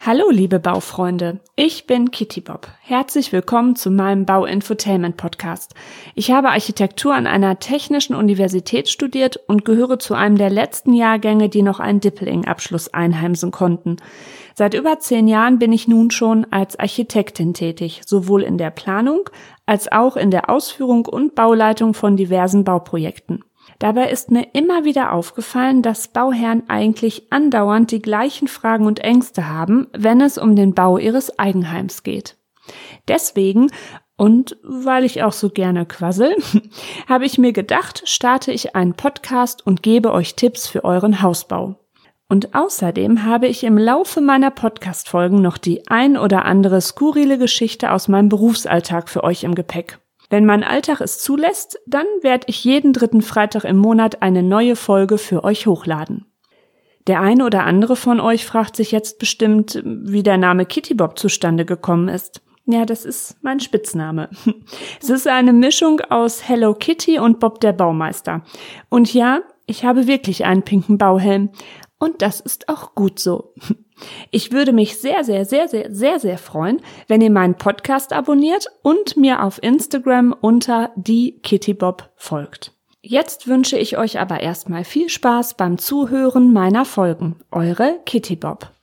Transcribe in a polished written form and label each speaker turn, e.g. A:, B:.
A: Hallo liebe Baufreunde, ich bin Kitty Bob. Herzlich willkommen zu meinem Bau-Infotainment-Podcast. Ich habe Architektur an einer technischen Universität studiert und gehöre zu einem der letzten Jahrgänge, die noch einen Dippeling-Abschluss einheimsen konnten. Seit über 10 Jahren bin ich nun schon als Architektin tätig, sowohl in der Planung als auch in der Ausführung und Bauleitung von diversen Bauprojekten. Dabei ist mir immer wieder aufgefallen, dass Bauherren eigentlich andauernd die gleichen Fragen und Ängste haben, wenn es um den Bau ihres Eigenheims geht. Deswegen, und weil ich auch so gerne quassel, habe ich mir gedacht, starte ich einen Podcast und gebe euch Tipps für euren Hausbau. Und außerdem habe ich im Laufe meiner Podcast-Folgen noch die ein oder andere skurrile Geschichte aus meinem Berufsalltag für euch im Gepäck. Wenn mein Alltag es zulässt, dann werde ich jeden 3. Freitag im Monat eine neue Folge für euch hochladen. Der eine oder andere von euch fragt sich jetzt bestimmt, wie der Name Kitty Bob zustande gekommen ist. Ja, das ist mein Spitzname. Es ist eine Mischung aus Hello Kitty und Bob der Baumeister. Und ja, ich habe wirklich einen pinken Bauhelm. Und das ist auch gut so. Ich würde mich sehr, sehr, sehr, sehr, sehr, sehr freuen, wenn ihr meinen Podcast abonniert und mir auf Instagram unter die Kitty Bob folgt. Jetzt wünsche ich euch aber erstmal viel Spaß beim Zuhören meiner Folgen. Eure Kitty Bob.